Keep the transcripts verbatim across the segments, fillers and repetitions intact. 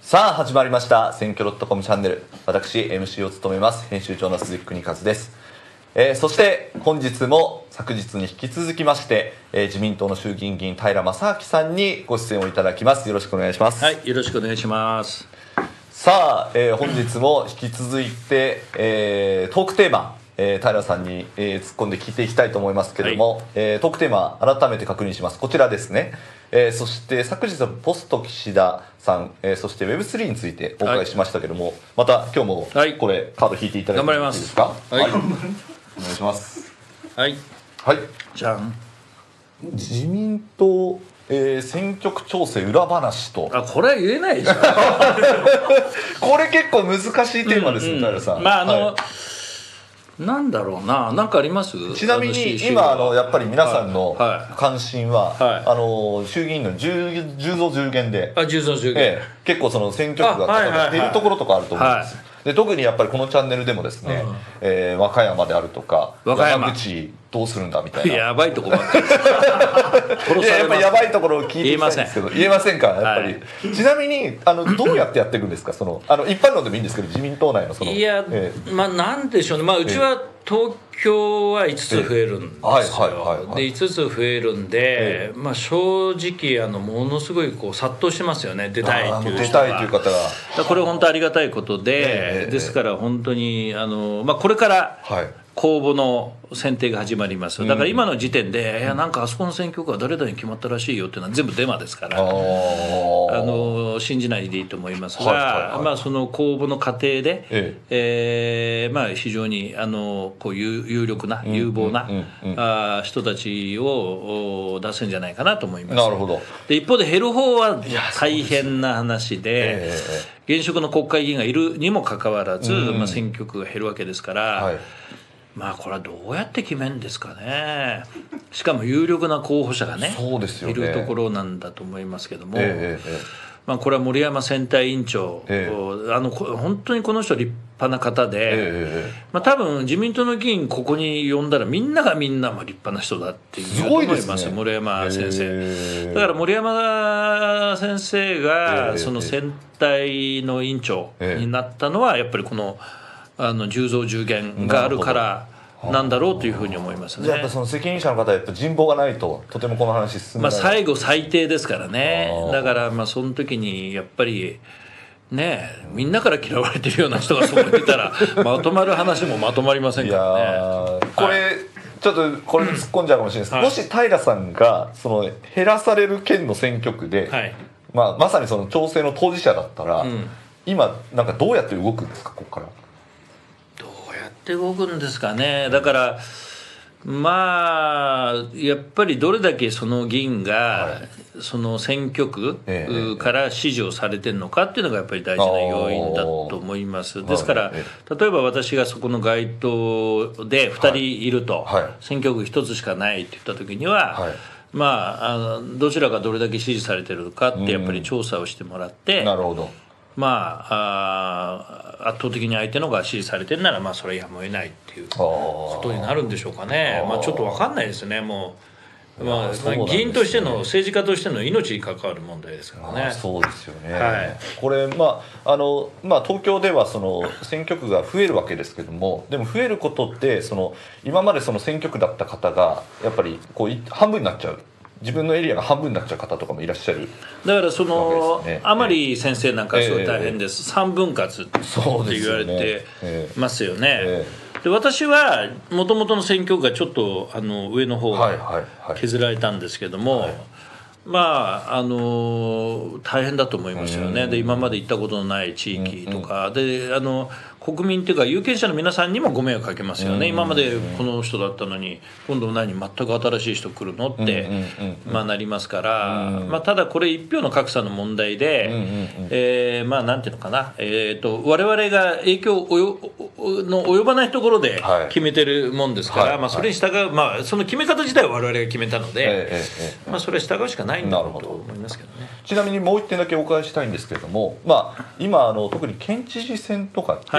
さあ始まりました選挙 .com チャンネル。私 エムシー を務めます編集長の鈴木邦和です。えー、そして本日も昨日に引き続きまして、えー、自民党の衆議院議員平正明さんにご出演をいただきます。よろしくお願いします。 はい、よろしくお願いします。 さあ、えー、本日も引き続いて、えー、トークテーマ、えー、平さんに、えー、突っ込んで聞いていきたいと思いますけれども、はい、えー、トークテーマ改めて確認します。こちらですね。えー、そして昨日はポスト岸田さん、えー、そして ウェブスリー についてお伺いしましたけども、はい、また今日もこれ、はい、カード引いていただいていいですか。 頑張ります。はい、 はい、お願いします。 はい、 はい、 じゃん。 自民党、えー、選挙区調整裏話と。 あ、これは言えないでしょこれ結構難しいテーマですね、うんうん、平さん。 まああの、 はい、 なんだろうな、なんかあります？ ちなみに今あのやっぱり皆さんの関心は、はいはい、あの衆議院のじゅうぞじゅうげんで、 あ、じゅうぞじゅうげん、 えー、結構その選挙区が出るところとかあると思うんです、はい、で特にやっぱりこのチャンネルでもですね、うん、えー、和歌山であるとか山口どうするんだみたいなやばいところばっかりいややっぱりやばいところを聞いていきたいんですけど、言えませんかやっぱり、はい、ちなみにあのどうやってやっていくんですかそのあの一般論でもいいんですけど自民党内のそのいや、 えー、まあなんでしょうね、まあうちは東京はいつつ増えるんですよ。でいつつ増えるんで、まあ、正直あのものすごいこう殺到してますよね、出たいっていう人が。 出たいという方がだこれ本当ありがたいことで、えー、ですから本当にあの、まあ、これから公募の選定が始まります。だから今の時点で、うん、いやなんかあそこの選挙区は誰々に決まったらしいよっていうのは全部デマですから、あの信じないでいいと思いますが、はいはいはい、まあ、その公募の過程で、えええーまあ、非常にあのこう有有力な有望な、うんうんうん、あ人たちを出すんじゃないかなと思います。 なるほど。 で一方で減る方は大変な話で、現職の国会議員がいるにもかかわらず、うん、まあ、選挙区が減るわけですから、はい、まあこれはどうやって決めるんですかね。しかも有力な候補者がね、 そうですよね、 いるところなんだと思いますけども、 えーえー、 まあ、これは森山選対委員長、えー、あの本当にこの人立派な方で、えーまあ、多分自民党の議員ここに呼んだらみんながみんな立派な人だっていうと思います、ね、森山先生、えー、だから森山先生がその選対の委員長になったのはやっぱりこのあのじゅうぞじゅうげんがあるからなんだろうというふうに思いますね。 じゃあやっぱその責任者の方はやっぱ人望がないととてもこの話進めない、 まあ、最後最低ですからね。だからまあその時にやっぱりねみんなから嫌われてるような人がそこにいたらまとまる話もまとまりませんからね。いやこれ、はい、ちょっとこれに突っ込んじゃうかもしれないです、はい、もし平さんがその減らされる県の選挙区で、はい、まあ、まさにその調整の当事者だったら、うん、今なんかどうやって動くんですかここから。 動くんですかね。だからまあやっぱりどれだけその議員がその選挙区から支持をされてるのかっていうのがやっぱり大事な要因だと思います。ですから例えば私がそこの街頭でふたりいると、選挙区ひとつしかないって言った時には、まあ、あのどちらがどれだけ支持されてるかってやっぱり調査をしてもらって、 なるほど、 まあ、あ圧倒的に相手のが支持されてるなら、まあ、それはやむを得ないっていうことになるんでしょうかね。まあ、ちょっと分かんないですね。もう、まあ、まあ、議員としての政治家としての命に関わる問題ですからね。 そうですよね、 はい、 これ、まああのまあ、東京ではその選挙区が増えるわけですけども、でも増えることってその今までその選挙区だった方がやっぱりこう半分になっちゃう、自分のエリアが半分になっちゃう方とかもいらっしゃる。 だからその、ね、甘利先生なんかすごい大変です、えー、さんぶん割って言われてますよね。えー、で私はもともとの選挙区がちょっとあの上の方が削られたんですけども、はいはいはい、まああの大変だと思いますよね。で今まで行ったことのない地域とか、うんうん、であの国民というか有権者の皆さんにもご迷惑かけますよね。今までこの人だったのに今度何全く新しい人来るのってまあなりますから、まあ、ただこれ一票の格差の問題で、えー、まあなんていうのかな、えー、と我々が影響の及ばないところで決めてるもんですから、はい、まあ、それに従う、まあ、その決め方自体は我々が決めたので、まあ、それは従うしかないんだろうと思いますけどね。 ちなみにもう一点だけお伺いしたいんですけれども、まあ、今あの特に県知事選とかって、はい、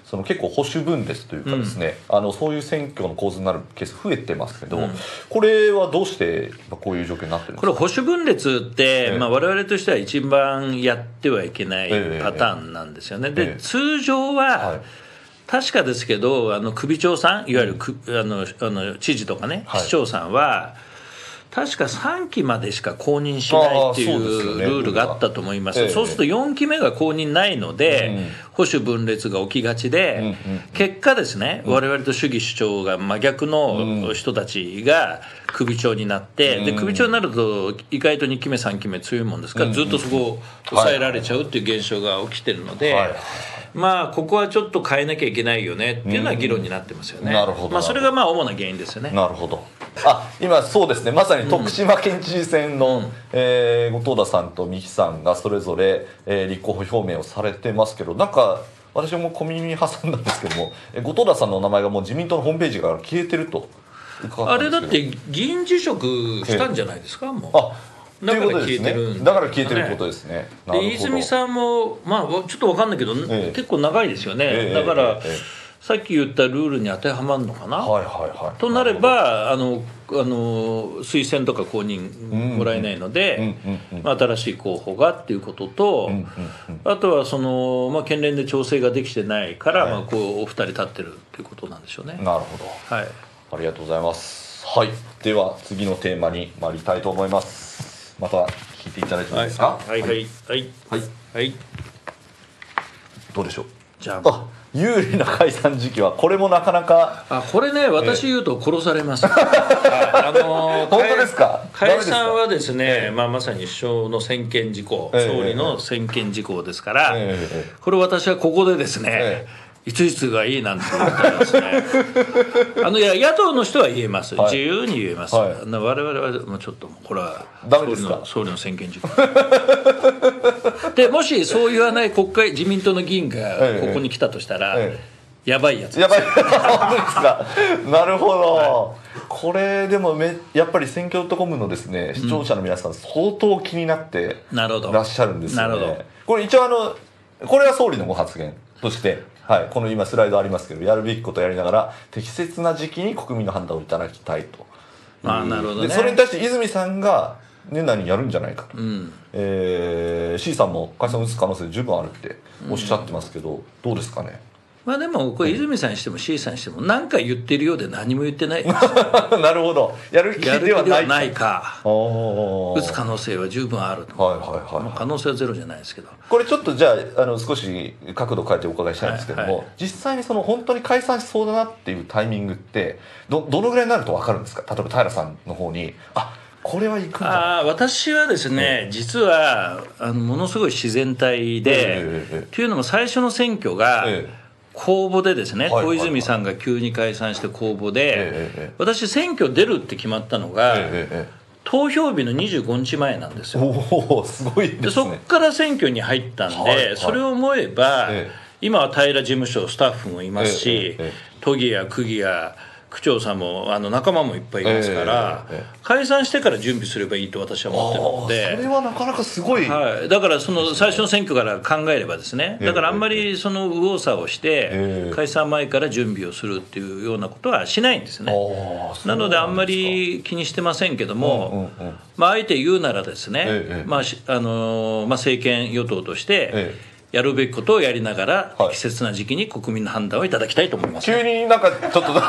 その結構保守分裂というかですね、うん、あのそういう選挙の構図になるケース増えてますけど、うん、これはどうしてこういう状況になってるんですか。 これ保守分裂って、えーまあ、我々としては一番やってはいけないパターンなんですよね、えー、で、えー、通常は、はい、確かですけどあの首長さんいわゆるく、うん、あのあの知事とかね、はい、市長さんは確かさんきまでしか公認しないっていうルールがあったと思います。 そうですよね、そうするとよんきめが公認ないので、うん、保守分裂が起きがちで、うんうんうん、結果ですね、うん、我々と主義主張が真逆の人たちが首長になって、うん、で首長になると意外とにきめさんきめ強いもんですから、うん、ずっとそこを抑えられちゃうっていう現象が起きてるので、はいはいはい、まあここはちょっと変えなきゃいけないよねっていうのは議論になってますよね。 なるほど、 まあ、それがまあ主な原因ですよね。 なるほど。あ、今そうですね、まさに徳島県知事選の、うんえー、後藤田さんと三木さんがそれぞれ、えー、立候補表明をされてますけど、なんか私も小耳挟んだんですけども、後藤田さんの名前がもう自民党のホームページから消えてると伺ったんですけど、 あれだって議員辞職したんじゃないですか、もう。 あだから消えてるんですね。だから消えてることですね。 で泉さんも、まあ、ちょっと分かんないけど、ええ、結構長いですよね、ええ、だから、ええ、さっき言ったルールに当てはまるのかな、 はいはいはい、 となればあのあの推薦とか公認もらえないので、まあ、新しい候補がっていうことと、うんうんうん、あとはその、まあ、県連で調整ができてないから、はい、まあ、こうお二人立ってるっていうことなんでしょうね。 なるほど、はい、ありがとうございます。はい、では次のテーマに参りたいと思います。また聞いていただいてもいいですか。 はいはいはいはいはい、はい、 どうでしょう。 じゃあ、 あ、有利な解散時期はこれもなかなか、 あ、これね、私言うと殺されます、えー、あのー、 本当ですか。 解散はですね、えーまあ、まさに首相の専権事項、えー、総理の専権事項ですから、えー、これ私はここでですね、えーいついつがいいなんて言ったらですねあのいや野党の人は言えます、はい、自由に言えます、はい、我々はもうちょっとこれはダメですか。 総理の専権事項で、もしそう言わない国会自民党の議員がここに来たとしたら、ええええ、やばいやつやばい本当ですか。なるほど、はい、これでもめやっぱり選挙 .com のですね視聴者の皆さん、うん、相当気になってらっしゃるんですよね。なるほど。これ一応あのこれは総理のご発言としてはい、この今スライドありますけど、やるべきことをやりながら適切な時期に国民の判断をいただきたいと。 あ、なるほどね。 でそれに対して泉さんが年内にやるんじゃないかと、うん、えー、C さんも解散を打つ可能性十分あるっておっしゃってますけど、うん、どうですかね。 まあでもこれ泉さんにしても C さんにしても何か言ってるようで何も言ってないですなるほど。やる気ではないか、やる気ではないか打つ可能性は十分あると、はいはいはいはい、可能性はゼロじゃないですけど、 これちょっとじゃあ、あの少し角度変えてお伺いしたいんですけども、はいはい、実際にその本当に解散しそうだなっていうタイミングって ど, どのぐらいになると分かるんですか。例えば平さんの方にあこれは行くんじゃないか。 あ、私はですね、えー、実はあのものすごい自然体で、えーえー、というのも最初の選挙が、えー公募でですね、小泉さんが急に解散して公募で、ええ、私選挙出るって決まったのが、ええ、投票日のにじゅうごにちまえなんですよ。 おー、すごいですね。 でそこから選挙に入ったんで、はいはい、それを思えば、ええ、今は平事務所スタッフもいますし、ええええ、都議や区議や区長さんもあの仲間もいっぱいいますから、えーえー、解散してから準備すればいいと私は思ってるので、 それはなかなかすごい、 はい、だからその最初の選挙から考えればですね、だからあんまりその右往左往して解散前から準備をするっていうようなことはしないんですね。なのであんまり気にしてませんけども、うんうんうん、まあ、あえて言うならですね、えーまああのーまあ、政権与党として、えーやるべきことをやりながら適切な時期に国民の判断をいただきたいと思います、 ね、急になんかちょっと読んだ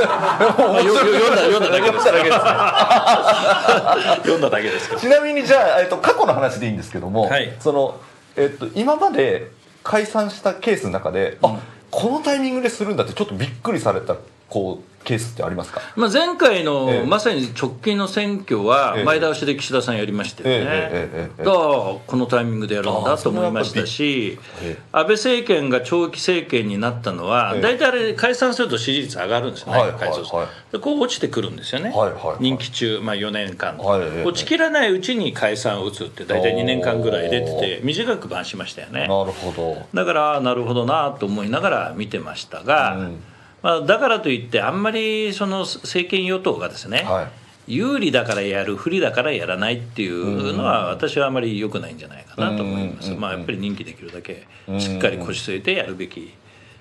読んだだけですね読んだだけですちなみにじゃあ、えっと、過去の話でいいんですけども、はい、そのえっと、今まで解散したケースの中で、うん、あこのタイミングでするんだってちょっとびっくりされたこうケースってありますか。 まあ、前回の、ええ、まさに直近の選挙は前倒しで岸田さんやりましたよね、ええええ、だからこのタイミングでやるんだと思いましたし、安倍政権が長期政権になったのは大体あれ解散すると支持率上がるんですよね、はいはいはい、でこう落ちてくるんですよね、はいはいはい、任期中、まあ、よねんかん、はいはいはい、落ちきらないうちに解散を打つって大体にねんかんぐらい出てて短く番しましたよね。 なるほど。 だからなるほどなと思いながら見てましたが、うん、まあ、だからといってあんまりその政権与党がですね、はい、有利だからやる不利だからやらないっていうのは私はあまり良くないんじゃないかなと思います。まあ、やっぱり任期できるだけしっかり腰据えてやるべき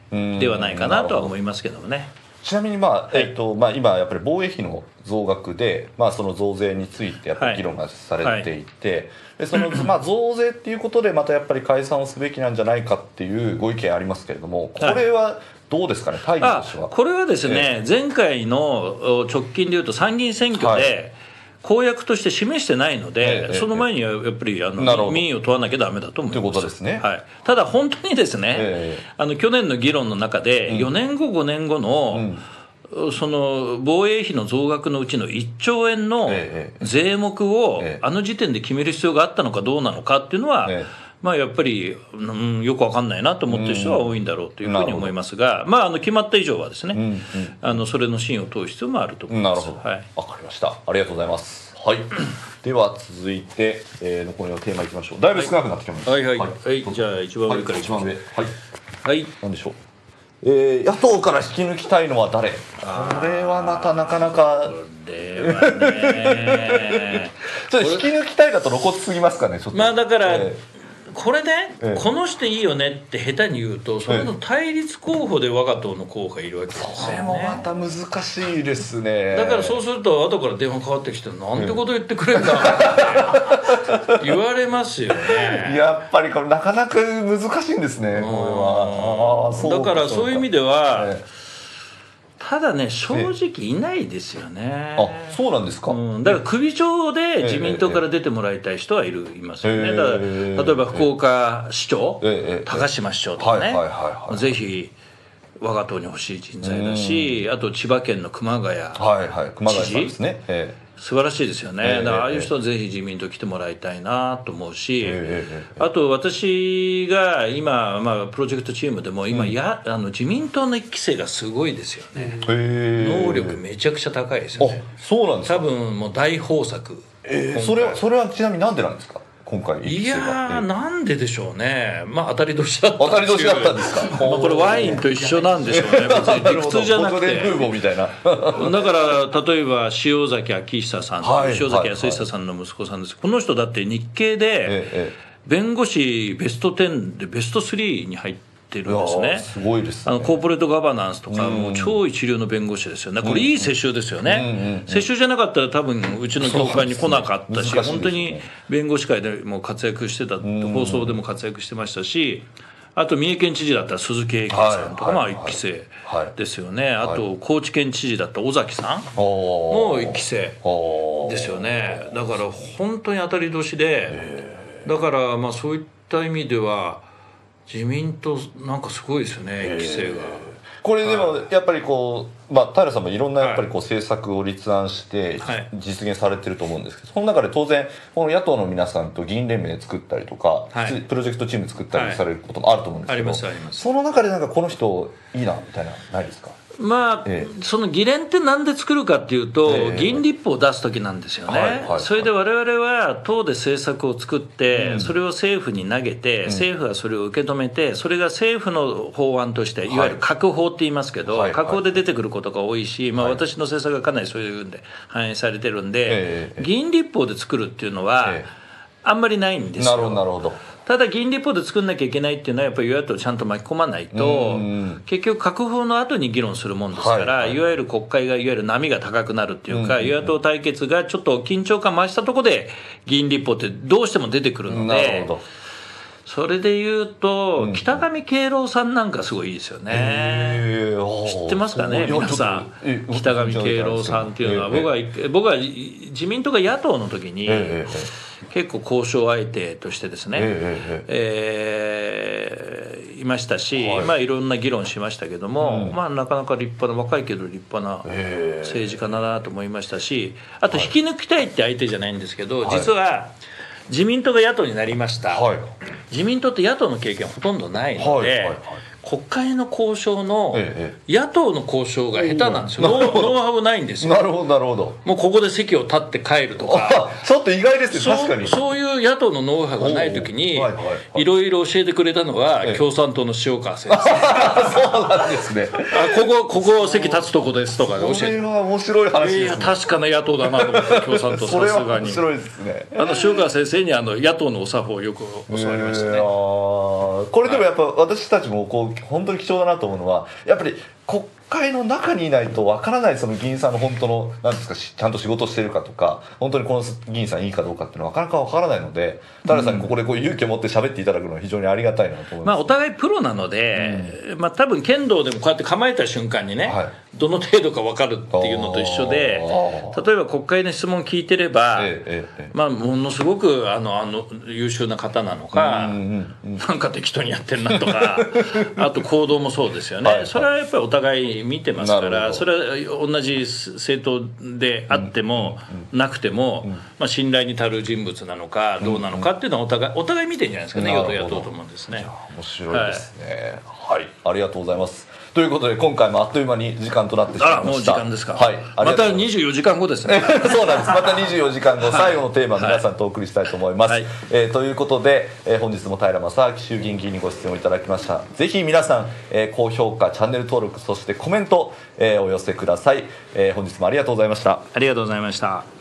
ではないかなとは思いますけどもね。 ちなみに、まあえーとまあ、今やっぱり防衛費の増額で、まあ、その増税についてやっぱり議論がされていて、はいはい、でそのまあ、増税っていうことでまたやっぱり解散をすべきなんじゃないかっていうご意見ありますけれども、これはどうですかね、大義としては。 これはですね、えー、前回の直近でいうと参議院選挙で、はい公約として示してないので、ええ、その前にはやっぱりあの民意を問わなきゃダメだと思います。ということですね。はい、ただ本当にですね、え、あの去年の議論の中で、うん、よねんごごねんごの、うん、その防衛費の増額のうちのいっちょうえんの税目をあの時点で決める必要があったのかどうなのかっていうのは、まあ、やっぱり、うん、よく分かんないなと思ってる人は多いんだろうというふうに思いますが、まあ、あの決まった以上はですね、うんうん、あのそれの芯を通す必要もあると思います。 なるほど、はい、分かりました。ありがとうございます。はい、では続いて、えー、残りのテーマいきましょう。だいぶ少なくなってきました。 はいはい、はいはいはい、じゃあ一番上からいきましょう。 はい、一番上、はい、何でしょう。えー、野党から引き抜きたいのは誰。これはまたなかなかこれはねちょっと引き抜きたいだと露骨すぎますかね。ちょっとまあだから、えーこれね、 ええ、 この人いいよねって下手に言うとそれの対立候補で我が党の候補がいるわけですよね。 それもまた難しいですね。 だからそうすると後から電話かかってきてなんてこと言ってくれんだって言われますよね。 やっぱりこれなかなか難しいんですね、これは。 あだからそういう意味では、ええただね正直いないですよね。 あそうなんですか、 うん、だから首長で自民党から出てもらいたい人はいるいますよね。だから例えば福岡市長、高島市長とかね、ぜひ我が党に欲しい人材だし、あと千葉県の熊谷知事、 はいはい、熊谷さんですね、ええ素晴らしいですよね。だからああいう人はぜひ自民党来てもらいたいなと思うし、あと私が今、まあ、プロジェクトチームでも今や、うん、あの自民党のいっき生がすごいですよね。能力めちゃくちゃ高いですよね。 そうなんですか。 多分もう大豊作。 えー、それはそれはちなみになんでなんですか。今回いやーなんででしょうね。まあ当たり年だった当たり年だったんですか。まあこれワインと一緒なんでしょうね。別に理屈じゃなくてみたいなだから例えば塩崎昭久さん、はい、塩崎康久さんの息子さんです。この人だって日経で弁護士ベストじゅうでベストスリーに入っててるんですね。 すごいですね。 あのコーポレートガバナンスとかもう超一流の弁護士ですよね。これいい世襲ですよね。世襲じゃなかったら多分うちの業界に来なかったし、ね、本当に弁護士会でも活躍してた、放送でも活躍してましたし、あと三重県知事だったら鈴木英樹さんとかまあ一期生ですよね。あと高知県知事だった尾崎さんも一期生ですよね。だから本当に当たり年で、だからまあそういった意味では自民党なんかすごいですよね、規制が。 これでもやっぱりこう、まあ、平さんもいろんなやっぱりこう政策を立案して実現されてると思うんですけど、その中で当然この野党の皆さんと議員連盟作ったりとか、はい、プロジェクトチーム作ったりされることもあると思うんですけど、はい、ありますあります。その中でなんかこの人いいなみたいなないですか。 まあ、ええ、その議連って何で作るかっていうと、ええ、議員立法を出す時なんですよね、はいはいはい、それで我々は党で政策を作って、うん、それを政府に投げて、うん、政府がそれを受け止めて、それが政府の法案としていわゆる閣法って言いますけど、はい、閣法で出てくることが多いし、まあ、私の政策がかなりそういうんで反映されてるんで、ええ、議員立法で作るっていうのは、ええ、あんまりないんですよ。 なるほどなるほど。 ただ議員立法で作んなきゃいけないっていうのはやっぱり与野党をちゃんと巻き込まないと結局閣法の後に議論するもんですから、はいはい、いわゆる国会がいわゆる波が高くなるっていうか、与野党対決がちょっと緊張感増したところで議員立法ってどうしても出てくるので、なるほど。それでいうと、うん、北上敬郎さんなんかすごいいいですよね、えー、知ってますかね皆さん。北上敬郎さんっていうのは、僕は僕は自民党が野党の時に、えー結構交渉相手としてですね、えーえー、いましたし、はい、まあ、いろんな議論しましたけども、うん、まあ、なかなか立派な若いけど立派な政治家だなと思いましたし、あと引き抜きたいって相手じゃないんですけど、はい、実は自民党が野党になりました、はい、自民党って野党の経験ほとんどないので、はいはいはい、国会の交渉の、ええ、野党の交渉が下手なんですよ。ノウハウないんですよ。 なるほどなるほど。 もうここで席を立って帰るとかちょっと意外ですね。確かにそういう野党のノウハウがない時にいろいろ教えてくれたのは、ええ、共産党の塩川先生そうなんですね。 あここここ席立つとこですとかで教えて。 それは面白い話ですね。いや確かな野党だなと思って共産党さすがに。それは面白いですね。 あの塩川先生にあの野党のお作法をよく教わりましたね。 えー、 これでもやっぱ私たちもこう本当に貴重だなと思うのは、やっぱり国会の中にいないとわからないその議員さんの本当のなんですか、ちゃんと仕事してるかとか、本当にこの議員さんいいかどうかっていうのはなかなかわからないので、田原さんにここでこう勇気を持って喋っていただくのは非常にありがたいなと思います。 まあお互いプロなので、うん、まあ多分剣道でもこうやって構えた瞬間にね、はい、どの程度か分かるっていうのと一緒で、例えば国会の質問聞いてれば、ええええ、まあものすごくあのあの優秀な方なのか、うんうんうん、なんか適当にやってるなとかあと行動もそうですよね、はいはい、それはやっぱりお互い見てますから、それは同じ政党であっても、うん、なくても、うん、まあ、信頼に足る人物なのかどうなのかっていうのはお互いお互い見てるんじゃないですかね、与党野党と思うんですね。 面白いですね、はい、はい、ありがとうございます。ということで今回もあっという間に時間となってしまいました。あら、もう時間ですか。はい、またにじゅうよじかんごですねそうなんです。またにじゅうよじかんご、最後のテーマ、皆さんとお送りしたいと思います、はい、えー、ということで、えー、本日も平正明衆議院議員にご出演をいただきました。ぜひ皆さん、えー、高評価、チャンネル登録、そしてコメント、えー、お寄せください、えー、本日もありがとうございました。 ありがとうございました。